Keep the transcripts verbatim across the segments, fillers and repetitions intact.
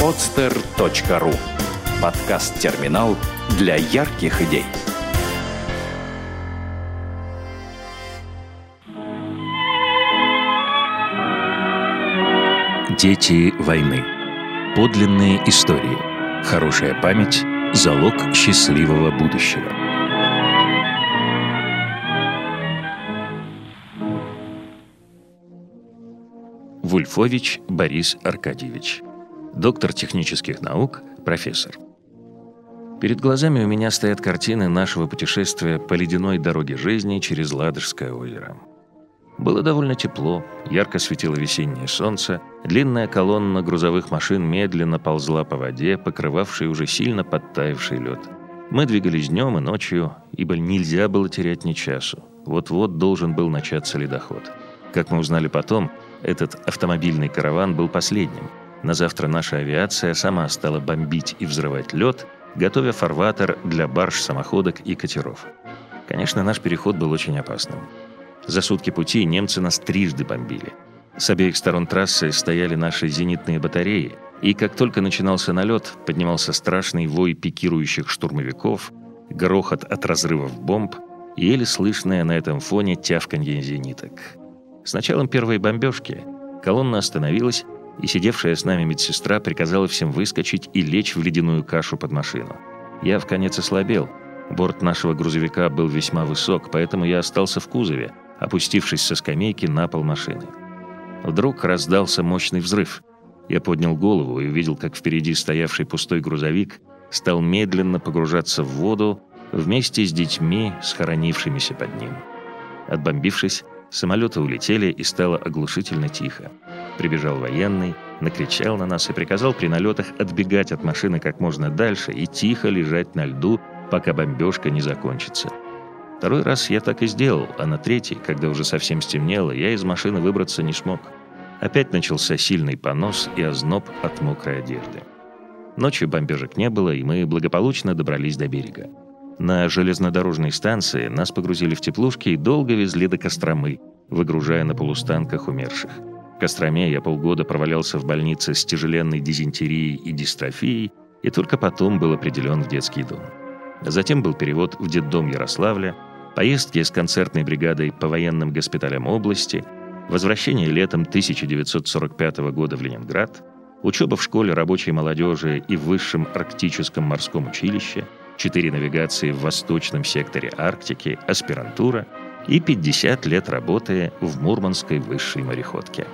подстер точка ру. Подкаст-терминал для ярких идей. Дети войны. Подлинные истории. Хорошая память – залог счастливого будущего. Вульфович Борис Аркадьевич. Доктор технических наук, профессор. Перед глазами у меня стоят картины нашего путешествия по ледяной дороге жизни через Ладожское озеро. Было довольно тепло, ярко светило весеннее солнце, длинная колонна грузовых машин медленно ползла по воде, покрывавшей уже сильно подтаявший лед. Мы двигались днем и ночью, ибо нельзя было терять ни часу. Вот-вот должен был начаться ледоход. Как мы узнали потом, этот автомобильный караван был последним. На завтра наша авиация сама стала бомбить и взрывать лед, готовя фарватер для барж, самоходок и катеров. Конечно, наш переход был очень опасным. За сутки пути немцы нас трижды бомбили. С обеих сторон трассы стояли наши зенитные батареи, и как только начинался налет, поднимался страшный вой пикирующих штурмовиков, грохот от разрывов бомб и еле слышное на этом фоне тявканье зениток. С началом первой бомбежки колонна остановилась, и сидевшая с нами медсестра приказала всем выскочить и лечь в ледяную кашу под машину. Я вконец ослабел. Борт нашего грузовика был весьма высок, поэтому я остался в кузове, опустившись со скамейки на пол машины. Вдруг раздался мощный взрыв. Я поднял голову и увидел, как впереди стоявший пустой грузовик стал медленно погружаться в воду вместе с детьми, схоронившимися под ним. Отбомбившись, самолеты улетели, и стало оглушительно тихо. Прибежал военный, накричал на нас и приказал при налетах отбегать от машины как можно дальше и тихо лежать на льду, пока бомбежка не закончится. Второй раз я так и сделал, а на третий, когда уже совсем стемнело, я из машины выбраться не смог. Опять начался сильный понос и озноб от мокрой одежды. Ночью бомбежек не было, и мы благополучно добрались до берега. На железнодорожной станции нас погрузили в теплушки и долго везли до Костромы, выгружая на полустанках умерших. В Костроме я полгода провалялся в больнице с тяжеленной дизентерией и дистрофией, и только потом был определен в детский дом. Затем был перевод в детдом Ярославля, поездки с концертной бригадой по военным госпиталям области, возвращение летом тысяча девятьсот сорок пятого года в Ленинград, учеба в школе рабочей молодежи и в Высшем арктическом морском училище, четыре навигации в восточном секторе Арктики, аспирантура и пятьдесят лет работы в Мурманской высшей мореходке.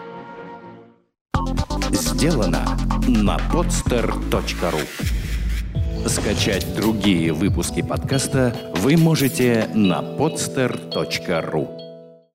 Сделано на подстер точка ру. Скачать другие выпуски подкаста вы можете на подстер точка ру.